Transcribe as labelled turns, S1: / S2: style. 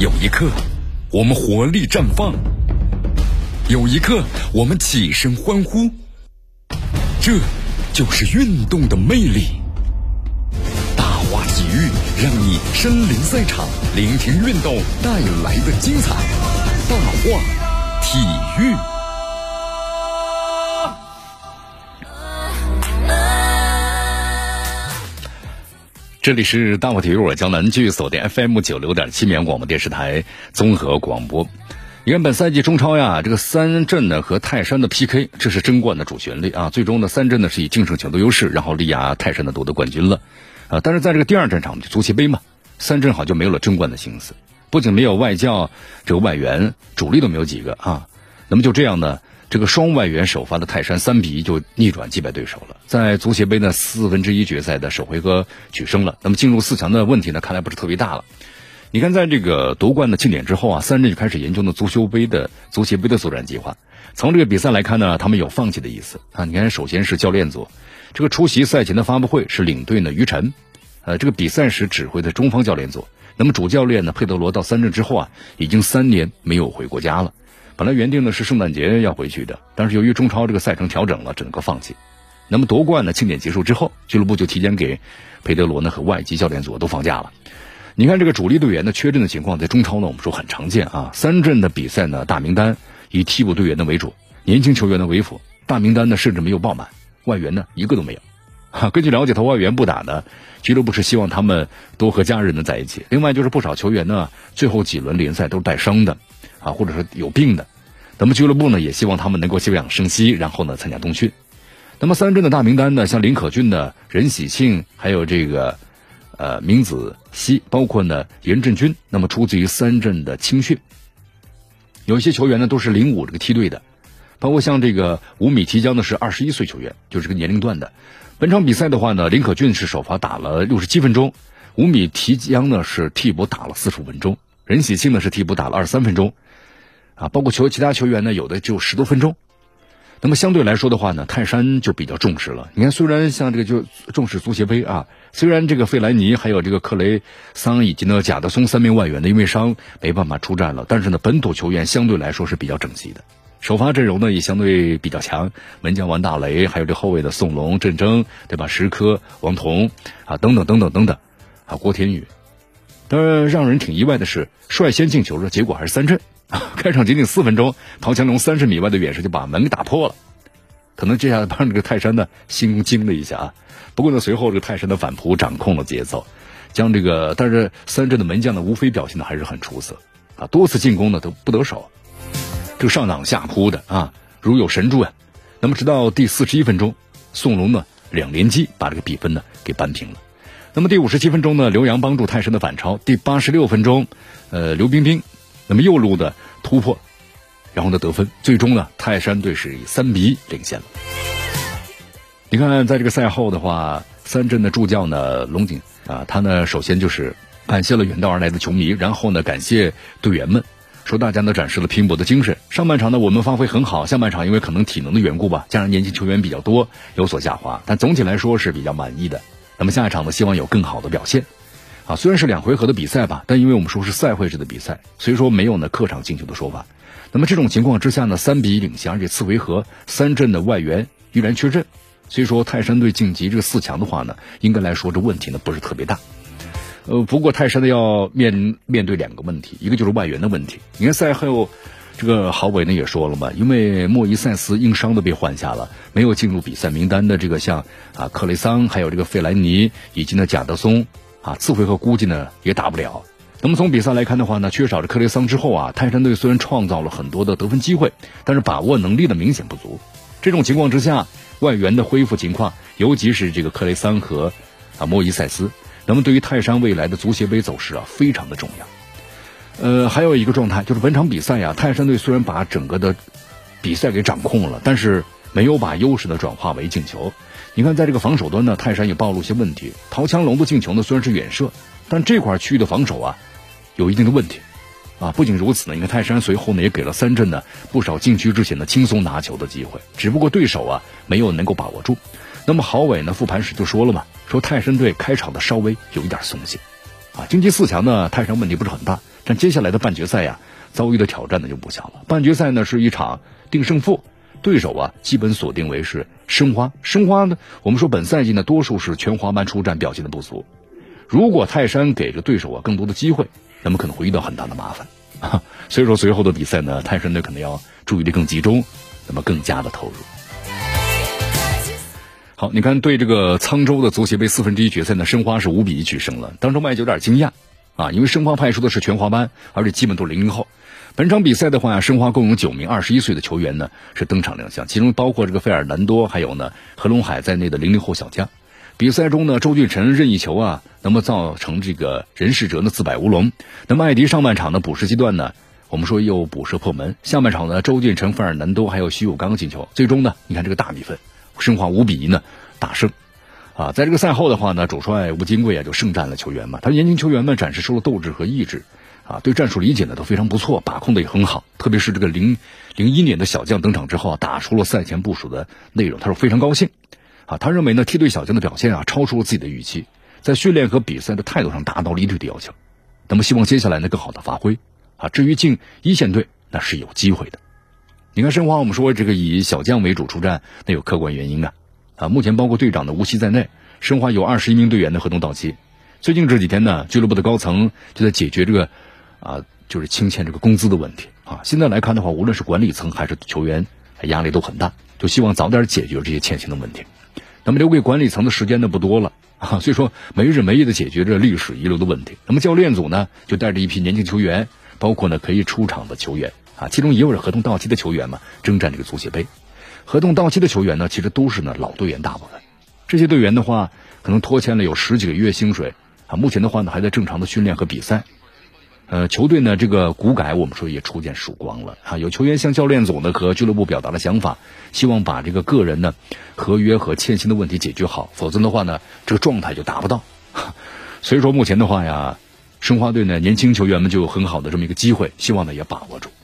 S1: 有一刻，我们活力绽放；有一刻，我们起身欢呼。这就是运动的魅力。大话体育，让你身临赛场，聆听运动带来的精彩。大话体育。这里是大话体育，我江南剧锁定 FM96.7 绵阳广播电视台综合广播。你看本赛季中超呀，这个三镇呢和泰山的 PK， 这是争冠的主旋律啊。最终呢，三镇呢是以净胜球的优势，然后力压泰山呢夺得冠军了啊。但是在这个第二战场足协杯嘛，三镇好就没有了争冠的心思，不仅没有外教，这个外援主力都没有几个啊。那么就这样呢，这个双外援首发的泰山3-1就逆转击败对手了，在足协杯呢1/4决赛的首回合取胜了。那么进入4强的问题呢，看来不是特别大了。你看，在这个夺冠的庆典之后啊，三镇就开始研究呢足协杯的作战计划。从这个比赛来看呢，他们有放弃的意思啊。你看，首先是教练组，这个出席赛前的发布会是领队呢于晨，这个比赛时指挥的中方教练组。那么主教练呢佩德罗到三镇之后啊，已经3年没有回国家了。本来原定的是圣诞节要回去的，但是由于中超这个赛程调整了，整个放弃。那么夺冠呢庆典结束之后，俱乐部就提前给佩德罗呢和外籍教练组都放假了。你看这个主力队员的缺阵的情况，在中超呢我们说很常见啊。三镇的比赛呢大名单以替补队员的为主，年轻球员的为辅，大名单呢甚至没有爆满，外援呢一个都没有。根据了解，他外援不打的俱乐部是希望他们多和家人呢在一起。另外就是不少球员呢最后几轮联赛都是带伤的啊，或者是有病的。那么俱乐部呢也希望他们能够休养生息，然后呢参加冬训。那么三镇的大名单呢，像林可俊的、任喜庆，还有这个明子熙，包括呢严振军，那么出自于三镇的青训。有一些球员呢都是05这个梯队的，包括像这个5米提江的是21岁球员，就是这个年龄段的。本场比赛的话呢，林可俊是首发打了67分钟，5米提江呢是替补打了45分钟，任喜庆呢是替补打了23分钟啊，包括其他球员呢有的只有10多分钟。那么相对来说的话呢，泰山就比较重视了。你看，虽然像这个就重视足协杯啊，虽然这个费莱尼还有这个克雷桑以及呢贾德松3名外援呢因为伤没办法出战了，但是呢本土球员相对来说是比较整齐的，首发阵容呢也相对比较强，门将王大雷，还有这后卫的宋龙、郑铮，对吧？石科、王彤啊，等等等等等等啊，郭天宇。当然让人挺意外的是，率先进球的结果还是三镇。开场仅仅4分钟，陶强龙30米外的远射就把门给打破了，可能这下帮这个泰山的心惊了一下啊。不过呢，随后这个泰山的反扑掌控了节奏，将这个但是三镇的门将呢无非表现的还是很出色啊，多次进攻呢都不得手，这个上挡下扑的啊，如有神助啊。那么直到第41分钟，宋龙呢2连击把这个比分呢给扳平了。那么第57分钟呢，刘洋帮助泰山的反超。第86分钟，刘彬彬那么右路的突破，然后呢得分，最终呢泰山队是以3-1领先了。你看在这个赛后的话，三镇的助教呢龙井啊，他呢首先就是感谢了远道而来的球迷，然后呢感谢队员们，说大家呢展示了拼搏的精神。上半场呢我们发挥很好，下半场因为可能体能的缘故吧，加上年轻球员比较多，有所下滑，但总体来说是比较满意的。那么下一场呢希望有更好的表现啊，虽然是2回合的比赛吧，但因为我们说是赛会制的比赛，所以说没有呢客场进球的说法。那么这种情况之下呢，3-1领先，而且次回合三镇的外援依然缺阵，所以说泰山队晋级这个4强的话呢，应该来说这问题呢不是特别大。不过泰山呢要面对2个问题，一个就是外援的问题。你看赛后这个郝伟呢也说了嘛，因为莫伊塞斯因伤的被换下了，没有进入比赛名单的这个像克雷桑，还有这个费莱尼以及呢贾德松啊，次回合估计呢也打不了。那么从比赛来看的话呢，缺少了克雷桑之后啊，泰山队虽然创造了很多的得分机会，但是把握能力的明显不足。这种情况之下，外援的恢复情况，尤其是这个克雷桑和莫伊塞斯，那么对于泰山未来的足协杯走势啊非常的重要。还有一个状态就是本场比赛啊，泰山队虽然把整个的比赛给掌控了，但是没有把优势呢转化为进球。你看在这个防守端呢，泰山也暴露一些问题。陶强龙的进球呢虽然是远射，但这块区域的防守啊有一定的问题啊。不仅如此呢，你看泰山随后呢也给了三镇呢不少禁区之前的轻松拿球的机会，只不过对手啊没有能够把握住。那么郝伟呢复盘时就说了嘛，说泰山队开场的稍微有一点松懈晋级4强呢，泰山问题不是很大，但接下来的半决赛呀，遭遇的挑战呢就不小了。半决赛呢是一场定胜负，对手基本锁定为是申花。申花呢，我们说本赛季呢多数是全华班出战表现的不俗，如果泰山给这个对手更多的机会，那么可能会遇到很大的麻烦所以说随后的比赛呢，泰山队可能要注意力更集中，那么更加的投入。好，你看对这个沧州的足协杯1/4决赛呢，申花是5-1取胜了。当中外界有点惊讶因为申花派出的是全华班，而且基本都是00后。本场比赛的话申花共有9名21岁的球员呢是登场亮相，其中包括这个费尔南多还有呢何龙海在内的00后小将。比赛中呢，周俊辰任意球那么造成这个任世哲呢自摆乌龙。那么艾迪上半场的补时阶段呢，我们说又补射破门。下半场呢，周俊辰、费尔南多还有徐有刚进球。最终呢，你看这个大比分，申花5-1呢大胜。在这个赛后的话呢，主帅吴金贵就盛赞了球员嘛，他年轻球员们展示出了斗志和意志对战术理解呢都非常不错，把控的也很好。特别是这个01年的小将登场之后打出了赛前部署的内容，他说非常高兴他认为呢梯队小将的表现超出了自己的预期，在训练和比赛的态度上达到了一致的要求。那么希望接下来呢更好的发挥至于进一线队那是有机会的。你看申花，我们说这个以小将为主出战，那有客观原因目前包括队长的吴曦在内，申花有21名队员的合同到期。最近这几天呢，俱乐部的高层就在解决这个就是清欠这个工资的问题现在来看的话，无论是管理层还是球员压力都很大，就希望早点解决这些欠薪的问题。那么留给管理层的时间呢不多了所以说没日没夜的解决这历史遗留的问题。那么教练组呢就带着一批年轻球员，包括呢可以出场的球员其中也有合同到期的球员嘛，征战这个足协杯。合同到期的球员呢，其实都是呢老队员，大部分这些队员的话可能拖欠了有10几个月薪水目前的话呢还在正常的训练和比赛。球队呢这个股改我们说也初见曙光了有球员向教练组呢和俱乐部表达了想法，希望把这个个人呢合约和欠薪的问题解决好，否则的话呢这个状态就达不到所以说目前的话呀，申花队呢年轻球员们就有很好的这么一个机会，希望呢也把握住。